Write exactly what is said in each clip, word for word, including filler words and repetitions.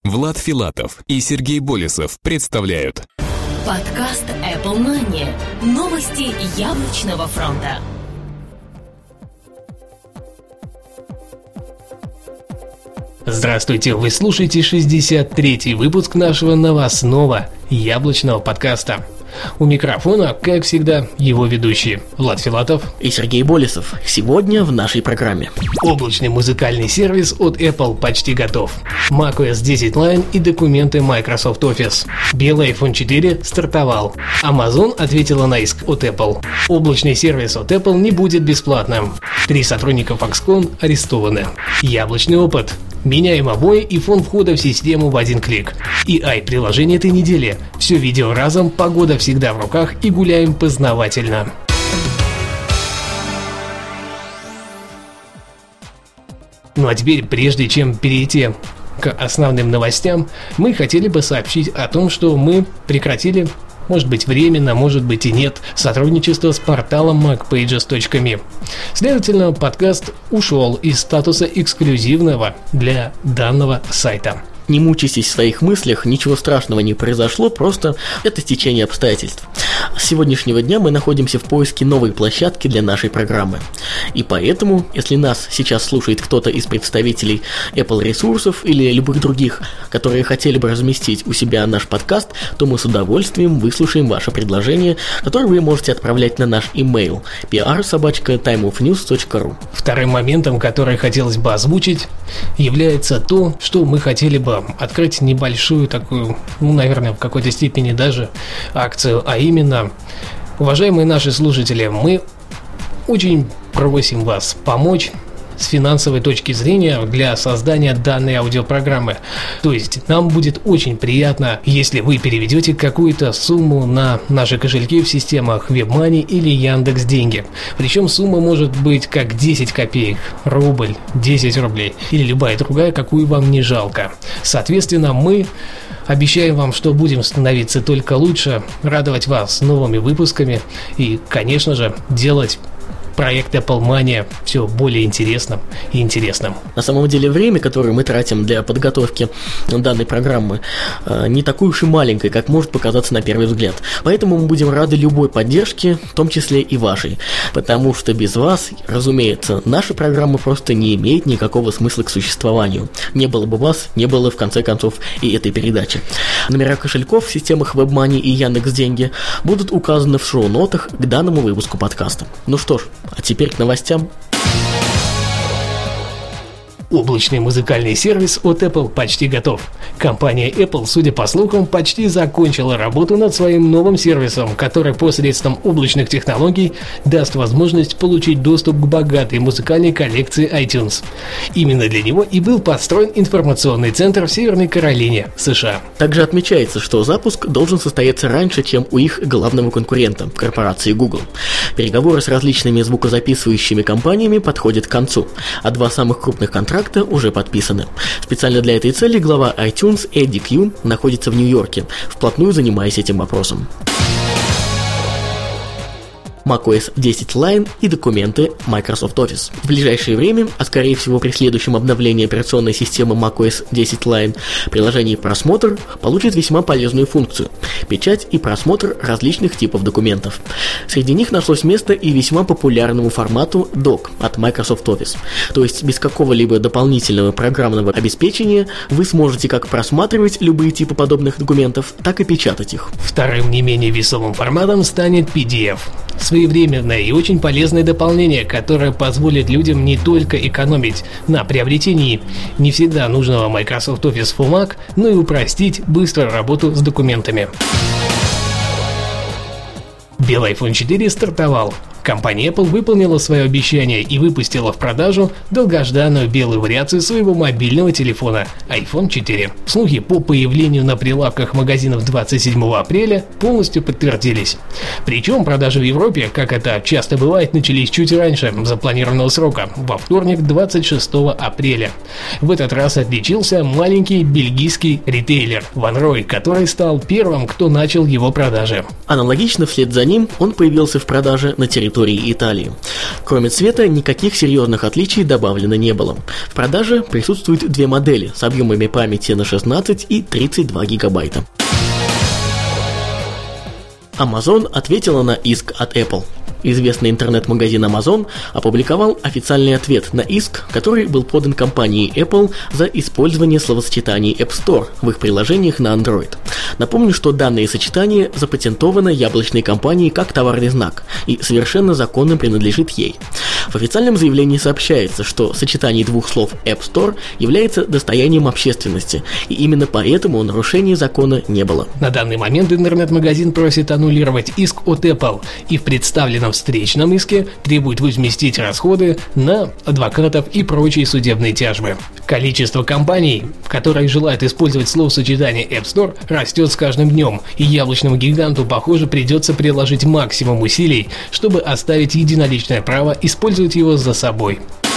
Влад Филатов и Сергей Болесов представляют подкаст Apple Money. Новости яблочного фронта. Здравствуйте, вы слушаете шестьдесят третий выпуск нашего новостного яблочного подкаста. У микрофона, как всегда, его ведущие Влад Филатов и Сергей Болесов. Сегодня в нашей программе. Облачный музыкальный сервис от Apple почти готов. macOS десять Lion и документы Microsoft Office. Белый айфон четыре стартовал. Amazon ответила на иск от Apple. Облачный сервис от Apple не будет бесплатным. Три сотрудника Foxconn арестованы. Яблочный опыт. Меняем обои и фон входа в систему в один клик. и ай-приложение этой недели. Все видео разом, погода всегда в руках и гуляем познавательно. Ну а теперь, прежде чем перейти к основным новостям, мы хотели бы сообщить о том, что мы прекратили, может быть временно, может быть и нет, сотрудничество с порталом мак пейджес точка ми. Следовательно, подкаст ушел из статуса эксклюзивного для данного сайта. Не мучайтесь в своих мыслях, ничего страшного не произошло, просто это стечение обстоятельств. С сегодняшнего дня мы находимся в поиске новой площадки для нашей программы. И поэтому, если нас сейчас слушает кто-то из представителей Apple ресурсов или любых других, которые хотели бы разместить у себя наш подкаст, то мы с удовольствием выслушаем ваше предложение, которое вы можете отправлять на наш имейл пи ар собака таймофньюз точка ру. Вторым моментом, который хотелось бы озвучить, является то, что мы хотели бы открыть небольшую такую, ну, наверное, в какой-то степени даже акцию, а именно, уважаемые наши слушатели, мы очень просим вас помочь с финансовой точки зрения для создания данной аудиопрограммы. То есть нам будет очень приятно, если вы переведете какую-то сумму на наши кошельки в системах WebMoney или Яндекс.Деньги. Причем сумма может быть как десять копеек, рубль, десять рублей или любая другая, какую вам не жалко. Соответственно, мы обещаем вам, что будем становиться только лучше, радовать вас новыми выпусками и, конечно же, делать проект Apple Money все более интересным и интересным. На самом деле время, которое мы тратим для подготовки данной программы, не такой уж и маленькое, как может показаться на первый взгляд. Поэтому мы будем рады любой поддержке, в том числе и вашей. Потому что без вас, разумеется, наша программа просто не имеет никакого смысла к существованию. Не было бы вас, не было в конце концов и этой передачи. Номера кошельков в системах WebMoney и Яндекс.Деньги будут указаны в шоу-нотах к данному выпуску подкаста. Ну что ж, а теперь к новостям. Облачный музыкальный сервис от Apple почти готов. Компания Apple, судя по слухам, почти закончила работу над своим новым сервисом, который посредством облачных технологий даст возможность получить доступ к богатой музыкальной коллекции iTunes. Именно для него и был построен информационный центр в Северной Каролине, США. Также отмечается, что запуск должен состояться раньше, чем у их главного конкурента, корпорации Google. Переговоры с различными звукозаписывающими компаниями подходят к концу, а два самых крупных контракта уже подписаны. Специально для этой цели глава iTunes Эдди Кью находится в Нью-Йорке, вплотную занимаясь этим вопросом. macOS десять Lion и документы Microsoft Office. В ближайшее время, а скорее всего при следующем обновлении операционной системы macOS десять Lion, приложение «Просмотр» получит весьма полезную функцию – печать и просмотр различных типов документов. Среди них нашлось место и весьма популярному формату док от Microsoft Office. То есть без какого-либо дополнительного программного обеспечения вы сможете как просматривать любые типы подобных документов, так и печатать их. Вторым не менее весомым форматом станет пи ди эф. Своевременное и очень полезное дополнение, которое позволит людям не только экономить на приобретении не всегда нужного Microsoft Office for Mac, но и упростить быструю работу с документами. Белый айфон четыре стартовал. Компания Apple выполнила свое обещание и выпустила в продажу долгожданную белую вариацию своего мобильного телефона айфон четыре. Слухи по появлению на прилавках магазинов двадцать седьмого апреля полностью подтвердились. Причем продажи в Европе, как это часто бывает, начались чуть раньше запланированного срока, во вторник двадцать шестого апреля. В этот раз отличился маленький бельгийский ритейлер Ванрой, который стал первым, кто начал его продажи. Аналогично вслед за ним он появился в продаже на территории территории Италии. Кроме цвета, никаких серьезных отличий добавлено не было. В продаже присутствуют две модели с объемами памяти на шестнадцать и тридцать два гигабайта. Amazon ответила на иск от Apple. Известный интернет-магазин Amazon опубликовал официальный ответ на иск, который был подан компанией Apple за использование словосочетаний App Store в их приложениях на Android. Напомню, что данное сочетание запатентовано яблочной компанией как товарный знак и совершенно законно принадлежит ей. В официальном заявлении сообщается, что сочетание двух слов App Store является достоянием общественности, и именно поэтому нарушения закона не было. На данный момент интернет-магазин просит аннулировать иск от Apple и в представленном встречном иске требует возместить расходы на адвокатов и прочие судебные тяжбы. Количество компаний, которые желают использовать словосочетание App Store, растет с каждым днем, и яблочному гиганту, похоже, придется приложить максимум усилий, чтобы оставить единоличное право использовать его за собой.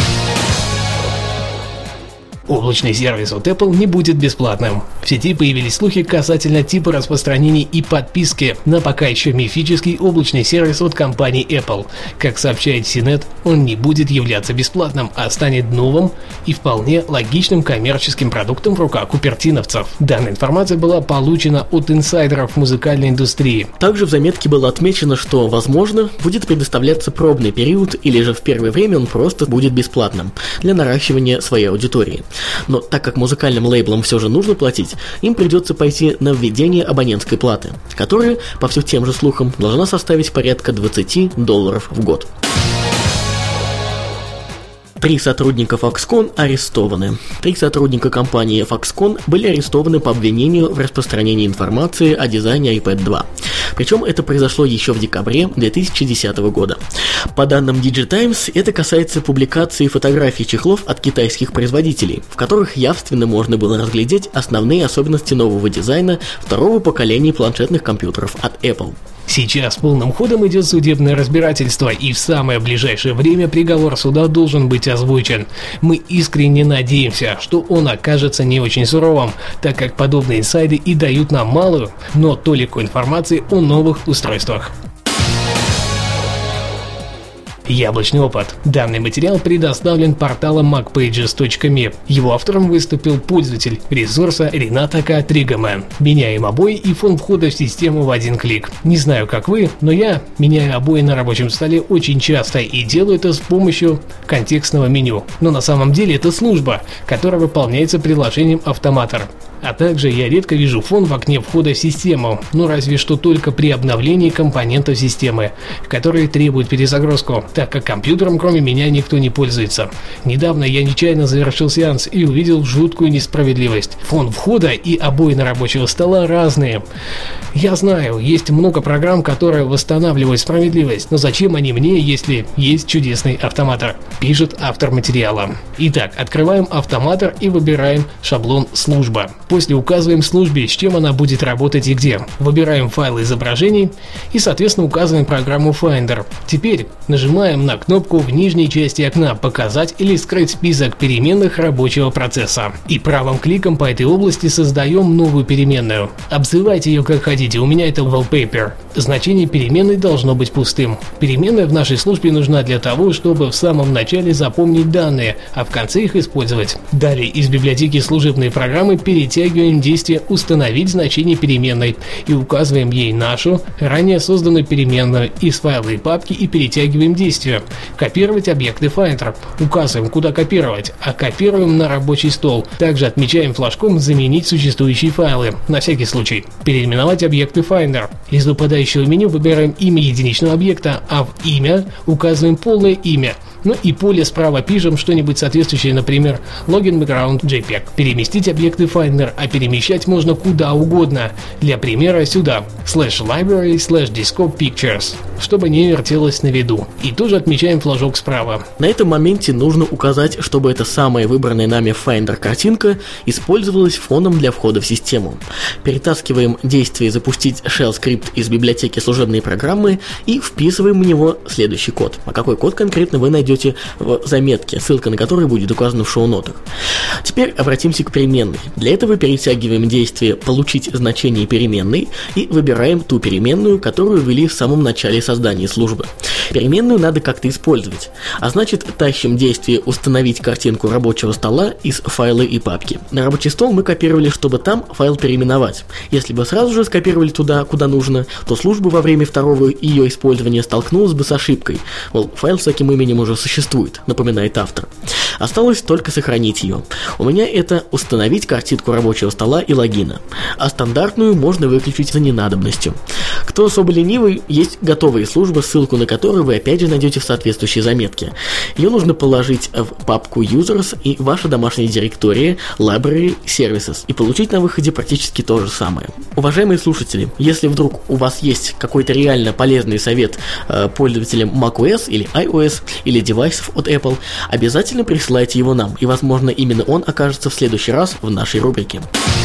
Облачный сервис от Apple не будет бесплатным. В сети появились слухи касательно типа распространения и подписки на пока еще мифический облачный сервис от компании Apple. Как сообщает си нет, он не будет являться бесплатным, а станет новым и вполне логичным коммерческим продуктом в руках купертиновцев. Данная информация была получена от инсайдеров музыкальной индустрии. Также в заметке было отмечено, что, возможно, будет предоставляться пробный период, или же в первое время он просто будет бесплатным для наращивания своей аудитории. Но так как музыкальным лейблам все же нужно платить, им придется пойти на введение абонентской платы, которая, по всем тем же слухам, должна составить порядка двадцать долларов в год. Три сотрудника Foxconn арестованы. Три сотрудника компании Foxconn были арестованы по обвинению в распространении информации о дизайне айпэд два. Причем это произошло еще в декабре две тысячи десятого года. По данным DigiTimes, это касается публикации фотографий чехлов от китайских производителей, в которых явственно можно было разглядеть основные особенности нового дизайна второго поколения планшетных компьютеров от Apple. Сейчас полным ходом идет судебное разбирательство, и в самое ближайшее время приговор суда должен быть озвучен. Мы искренне надеемся, что он окажется не очень суровым, так как подобные инсайды и дают нам малую, но толику информации о новых устройствах. Яблочный опыт. Данный материал предоставлен порталом MacPages точка me. Его автором выступил пользователь ресурса Рената К. Тригамен. Меняем обои и фон входа в систему в один клик. Не знаю, как вы, но я меняю обои на рабочем столе очень часто и делаю это с помощью контекстного меню. Но на самом деле это служба, которая выполняется приложением Automator. А также я редко вижу фон в окне входа в систему, ну разве что только при обновлении компонентов системы, которые требуют перезагрузку, так как компьютером кроме меня никто не пользуется. Недавно я нечаянно завершил сеанс и увидел жуткую несправедливость. Фон входа и обои на рабочего стола разные. Я знаю, есть много программ, которые восстанавливают справедливость, но зачем они мне, если есть чудесный Automator? Пишет автор материала. Итак, открываем Automator и выбираем шаблон «Служба». После указываем службе, с чем она будет работать и где. Выбираем файлы изображений и, соответственно, указываем программу Finder. Теперь нажимаем на кнопку в нижней части окна «Показать или скрыть список переменных рабочего процесса». И правым кликом по этой области создаем новую переменную. Обзывайте ее как хотите, у меня это wallpaper. Значение переменной должно быть пустым. Переменная в нашей службе нужна для того, чтобы в самом начале запомнить данные, а в конце их использовать. Далее из библиотеки служебные программы перетягиваем действие «Установить значение переменной» и указываем ей нашу, ранее созданную переменную из файла и папки и перетягиваем действие. Копировать объекты Finder. Указываем, куда копировать, а копируем на рабочий стол. Также отмечаем флажком «Заменить существующие файлы» на всякий случай. Переименовать объекты Finder. Из выпадающего меню выбираем имя единичного объекта, а в имя указываем полное имя. Ну и поле справа пишем что-нибудь соответствующее, например, Login Background JPEG. Переместить объекты Finder, а перемещать можно куда угодно. Для примера сюда slash library slash desktop pictures, чтобы не вертелось на виду. И тоже отмечаем флажок справа. На этом моменте нужно указать, чтобы эта самая выбранная нами в Finder картинка использовалась фоном для входа в систему. Перетаскиваем действие «Запустить shell скрипт» из библиотеки служебной программы и вписываем в него следующий код. А какой код конкретно вы найдете найдете в заметке, ссылка на которую будет указана в шоу-нотах. Теперь обратимся к переменной. Для этого перетягиваем действие «получить значение переменной» и выбираем ту переменную, которую ввели в самом начале создания службы. Переменную надо как-то использовать, а значит тащим действие «установить картинку рабочего стола» из файла и папки. На рабочий стол мы копировали, чтобы там файл переименовать. Если бы сразу же скопировали туда, куда нужно, то служба во время второго ее использования столкнулась бы с ошибкой. Мол, файл с таким именем уже существует, напоминает автор. Осталось только сохранить ее. У меня это установить картинку рабочего стола и логина, а стандартную можно выключить за ненадобностью. Кто особо ленивый, есть готовая служба, ссылку на которую вы опять же найдете в соответствующей заметке. Ее нужно положить в папку Users и ваша домашняя директория Library Services и получить на выходе практически то же самое. Уважаемые слушатели, если вдруг у вас есть какой-то реально полезный совет э, пользователям macOS или iOS или девайсов от Apple, обязательно присылайте его нам, и возможно именно он окажется в следующий раз в нашей рубрике.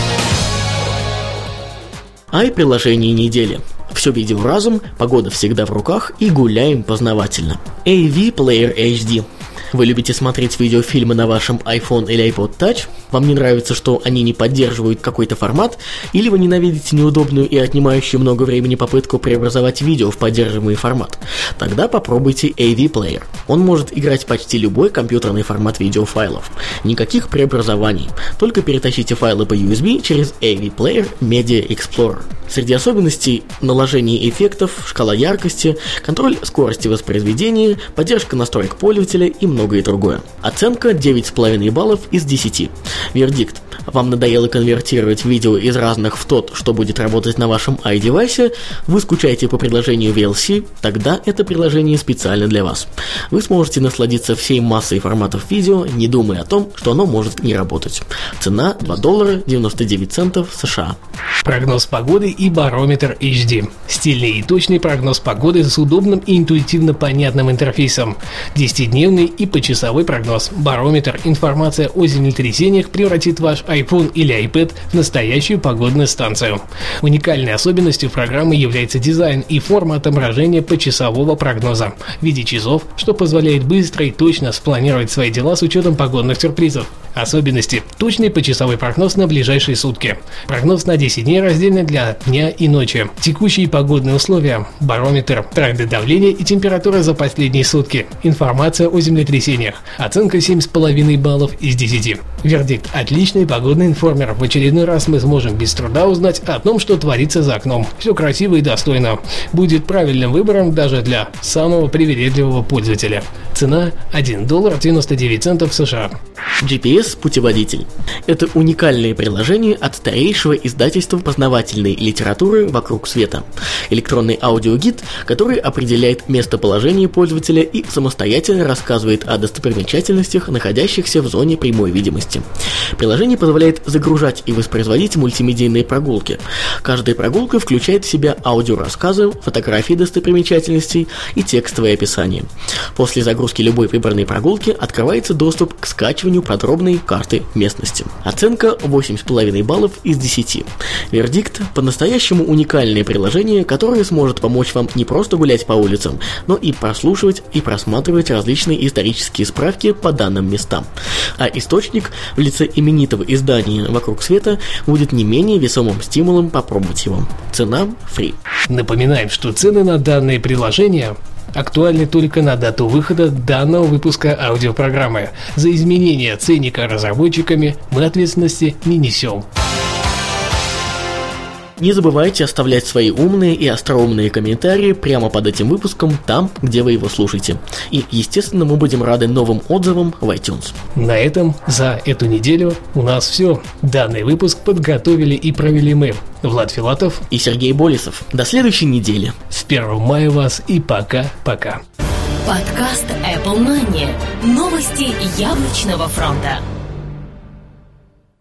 ай-приложение недели. Все видео разум, погода всегда в руках и гуляем познавательно. эй ви Player эйч ди. Вы любите смотреть видеофильмы на вашем iPhone или iPod Touch? Вам не нравится, что они не поддерживают какой-то формат? Или вы ненавидите неудобную и отнимающую много времени попытку преобразовать видео в поддерживаемый формат? Тогда попробуйте эй ви Player. Он может играть почти любой компьютерный формат видеофайлов. Никаких преобразований. Только перетащите файлы по ю эс би через эй ви Player Media Explorer. Среди особенностей наложение эффектов, шкала яркости, контроль скорости воспроизведения, поддержка настроек пользователя и многое другое. Оценка девять с половиной баллов из десяти. Вердикт. Вам надоело конвертировать видео из разных в тот, что будет работать на вашем i-девайсе, вы скучаете по приложению ви эл си, тогда это приложение специально для вас. Вы сможете насладиться всей массой форматов видео, не думая о том, что оно может не работать. Цена два доллара девяносто девять центов США. Прогноз погоды и барометр эйч ди. Стильный и точный прогноз погоды с удобным и интуитивно понятным интерфейсом. десятидневный и почасовой прогноз. Барометр. Информация о землетрясениях превратит ваш iPhone или iPad в настоящую погодную станцию. Уникальной особенностью программы является дизайн и форма отображения почасового прогноза в виде часов, что позволяет быстро и точно спланировать свои дела с учетом погодных сюрпризов. Особенности. Точный почасовой прогноз на ближайшие сутки. Прогноз на десять дней раздельно для дня и ночи. Текущие погодные условия. Барометр. Тренды давления и температура за последние сутки. Информация о землетрясениях. Оценка семь с половиной баллов из десяти. Вердикт. Отличный погодный информер. В очередной раз мы сможем без труда узнать о том, что творится за окном. Все красиво и достойно. Будет правильным выбором даже для самого привередливого пользователя. Цена один доллар девяносто девять центов США. джи пи эс-путеводитель. Это уникальное приложение от старейшего издательства познавательной литературы «Вокруг света». Электронный аудиогид, который определяет местоположение пользователя и самостоятельно рассказывает о достопримечательностях, находящихся в зоне прямой видимости. Приложение позволяет загружать и воспроизводить мультимедийные прогулки. Каждая прогулка включает в себя аудиорассказы, фотографии достопримечательностей и текстовое описание. После загрузки любой выбранной прогулки открывается доступ к скачиванию подробной карты местности. Оценка восемь с половиной баллов из десяти. Вердикт. По-настоящему уникальное приложение, которое сможет помочь вам не просто гулять по улицам, но и прослушивать и просматривать различные исторические справки по данным местам. А источник в лице именитого издания «Вокруг света» будет не менее весомым стимулом попробовать его. Цена фри. Напоминаем, что цены на данные приложения актуальны только на дату выхода данного выпуска аудиопрограммы. За изменение ценника разработчиками мы ответственности не несем. Не забывайте оставлять свои умные и остроумные комментарии прямо под этим выпуском, там, где вы его слушаете. И, естественно, мы будем рады новым отзывам в iTunes. На этом за эту неделю у нас все. Данный выпуск подготовили и провели мы, Влад Филатов и Сергей Болесов. До следующей недели. С первого мая вас и пока-пока. Подкаст Apple Money. Новости яблочного фронта.